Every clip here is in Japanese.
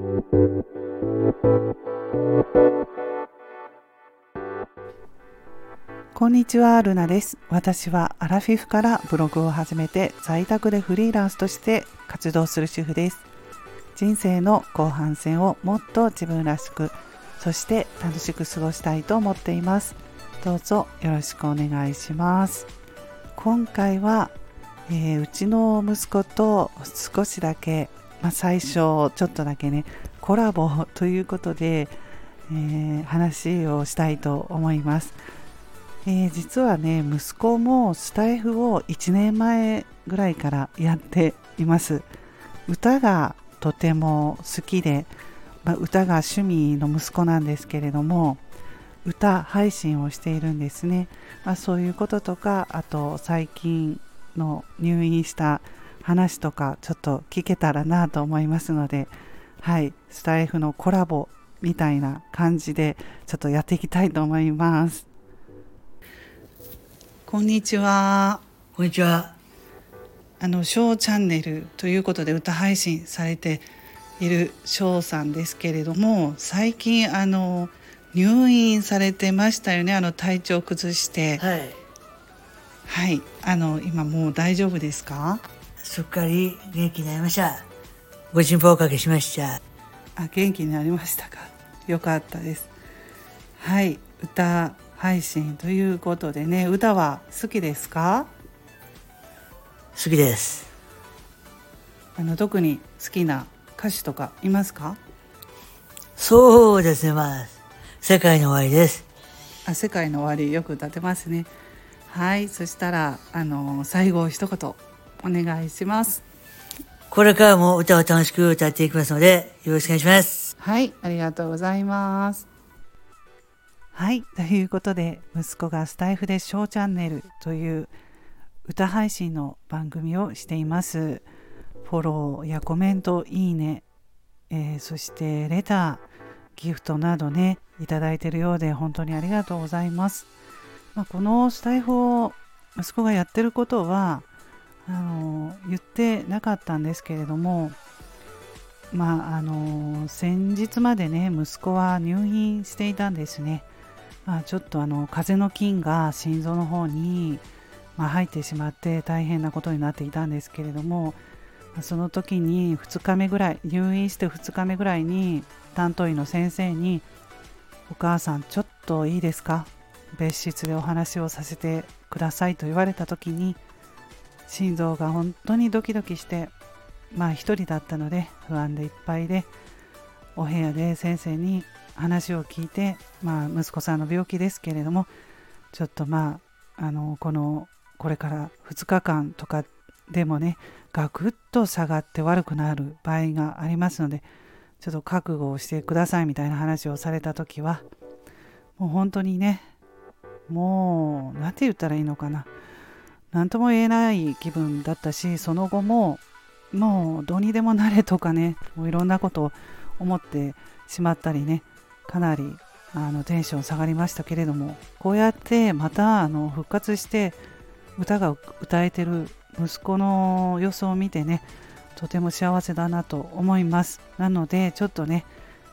こんにちは、ルナです。私はアラフィフからブログを始めて在宅でフリーランスとして活動する主婦です。人生の後半戦をもっと自分らしく、そして楽しく過ごしたいと思っています。どうぞよろしくお願いします。今回は、うちの息子と少しだけ、最初ちょっとだけねコラボということで、話をしたいと思います。実はね、息子もスタイフを1年前ぐらいからやっています。歌がとても好きで、歌が趣味の息子なんですけれども、歌配信をしているんですね。そういうこととか、あと最近の入院した話とかちょっと聞けたらなと思いますので、スタイフのコラボみたいな感じでちょっとやっていきたいと思います。こんにちは。 こんにちは。 ショーチャンネルということで歌配信されているショーさんですけれども、最近入院されてましたよね。体調崩して。はい。今もう大丈夫ですか？ すっかり元気になりました。ご心配おかけしました。 元気になりましたか？よかったです。はい。歌配信ということでね、歌は好きですか？ 好きです。 特に好きな歌手とかいますか？ そうですね、世界の終わりです。 世界の終わりよく歌ってますね。はい、そしたら最後一言お願いします。 これからも歌を楽しく歌っていきますのでよろしくお願いします。 はい、ありがとうございます。はい、ということで息子がスタイフでショーチャンネルという歌配信の番組をしています。フォローやコメント、いいね、そしてレター、ギフトなどねいただいているようで本当にありがとうございます。このスタイフを息子がやってることは言ってなかったんですけれども、先日までね息子は入院していたんですね。ちょっと風邪の菌が心臓の方に、入ってしまって大変なことになっていたんですけれども、その時に2日目ぐらい入院して2日目ぐらいに担当医の先生に、お母さんちょっといいですか、別室でお話をさせてくださいと言われた時に、心臓が本当にドキドキして、一人だったので不安でいっぱいで、お部屋で先生に話を聞いて、息子さんの病気ですけれども、ちょっとこれから2日間とかでもねガクッと下がって悪くなる場合がありますので、ちょっと覚悟をしてくださいみたいな話をされた時は、もう本当にね、もうなんて言ったらいいのかな、なんとも言えない気分だったし、その後ももうどうにでもなれとかね、もういろんなことを思ってしまったりね、かなりテンション下がりましたけれども、こうやってまた復活して歌が歌えてる息子の様子を見てね、とても幸せだなと思います。なのでちょっとね、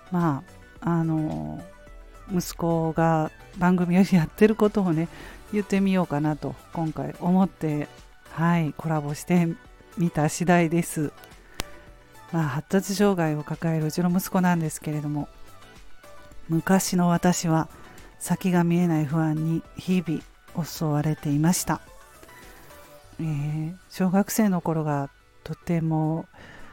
息子が番組をやってることをね言ってみようかなと今回思って、コラボしてみた次第です。発達障害を抱えるうちの息子なんですけれども、昔の私は先が見えない不安に日々襲われていました。小学生の頃がとても、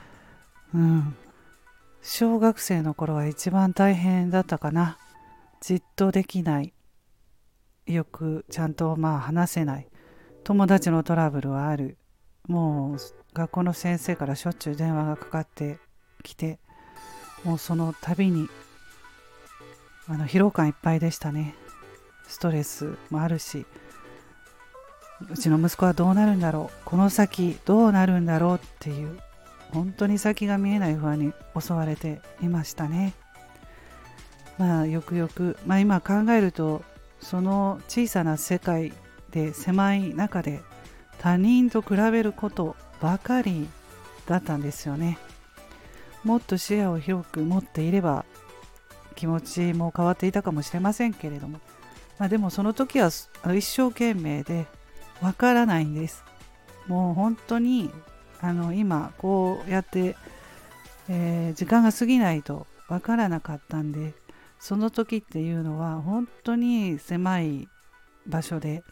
小学生の頃は一番大変だったかな。じっとできない、よくちゃんと話せない、友達のトラブルはある、もう学校の先生からしょっちゅう電話がかかってきて、もうその度に疲労感いっぱいでしたね。ストレスもあるし、うちの息子はどうなるんだろう、この先どうなるんだろうっていう、本当に先が見えない不安に襲われていましたね。よくよく、今考えると、その小さな世界で狭い中で他人と比べることばかりだったんですよね。 もっと視野を広く持っていれば気持ちも変わっていたかもしれませんけれども、でもその時は一生懸命でわからないんです。もう本当に今こうやって、時間が過ぎないとわからなかったんで、その時っていうのは本当に狭い場所で、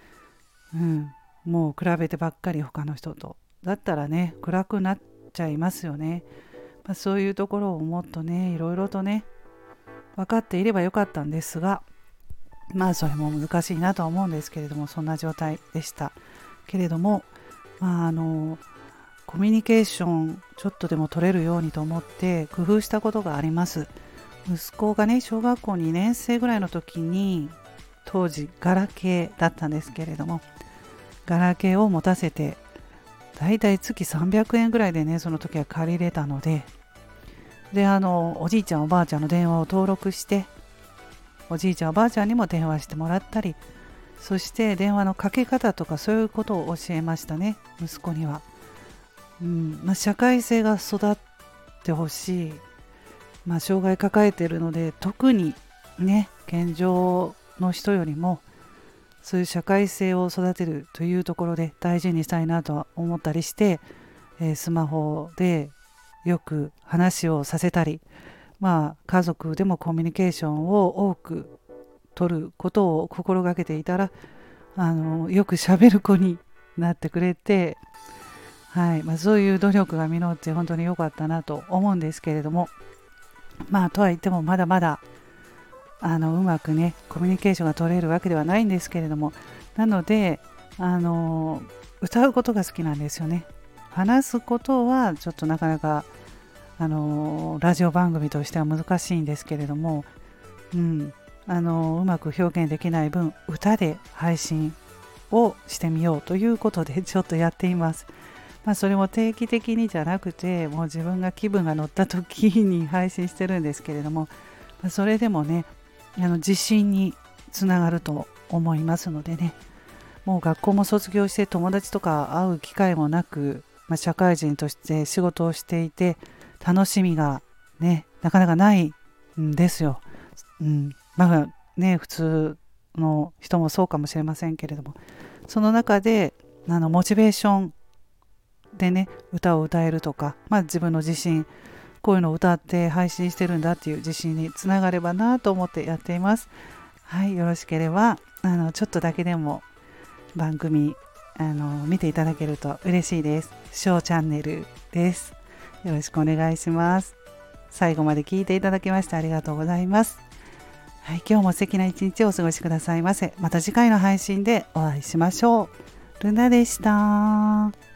もう比べてばっかり他の人とだったらね暗くなっちゃいますよね。そういうところをもっとねいろいろとね分かっていればよかったんですが、それも難しいなとは思うんですけれども、そんな状態でしたけれども、コミュニケーションちょっとでも取れるようにと思って工夫したことがあります。息子がね小学校2年生ぐらいの時に、当時ガラケーだったんですけれども、ガラケーを持たせてだいたい月300円ぐらいでねその時は借りれたので、おじいちゃんおばあちゃんの電話を登録して、おじいちゃんおばあちゃんにも電話してもらったり、そして電話のかけ方とかそういうことを教えましたね、息子には。社会性が育ってほしい。障害抱えているので、特にね健常の人よりもそういう社会性を育てるというところで大事にしたいなとは思ったりして、スマホでよく話をさせたり、家族でもコミュニケーションを多く取ることを心がけていたら、よく喋る子になってくれて、そういう努力が実って本当に良かったなと思うんですけれども、とは言ってもまだまだうまくねコミュニケーションが取れるわけではないんですけれども、なので歌うことが好きなんですよね。話すことはちょっとなかなかラジオ番組としては難しいんですけれども、うまく表現できない分歌で配信をしてみようということでちょっとやっています。それも定期的にじゃなくて、もう自分が気分が乗った時に配信してるんですけれども、それでもね自信につながると思いますのでね、もう学校も卒業して友達とか会う機会もなく、社会人として仕事をしていて楽しみがねなかなかないんですよ。普通の人もそうかもしれませんけれども、その中でモチベーションでね歌を歌えるとか、自分の自信、こういうのを歌って配信してるんだっていう自信につながればなと思ってやっています。よろしければちょっとだけでも番組見ていただけると嬉しいです。ショーチャンネルです。よろしくお願いします。最後まで聞いていただきましてありがとうございます。今日も素敵な一日をお過ごしくださいませ。また次回の配信でお会いしましょう。ルナでした。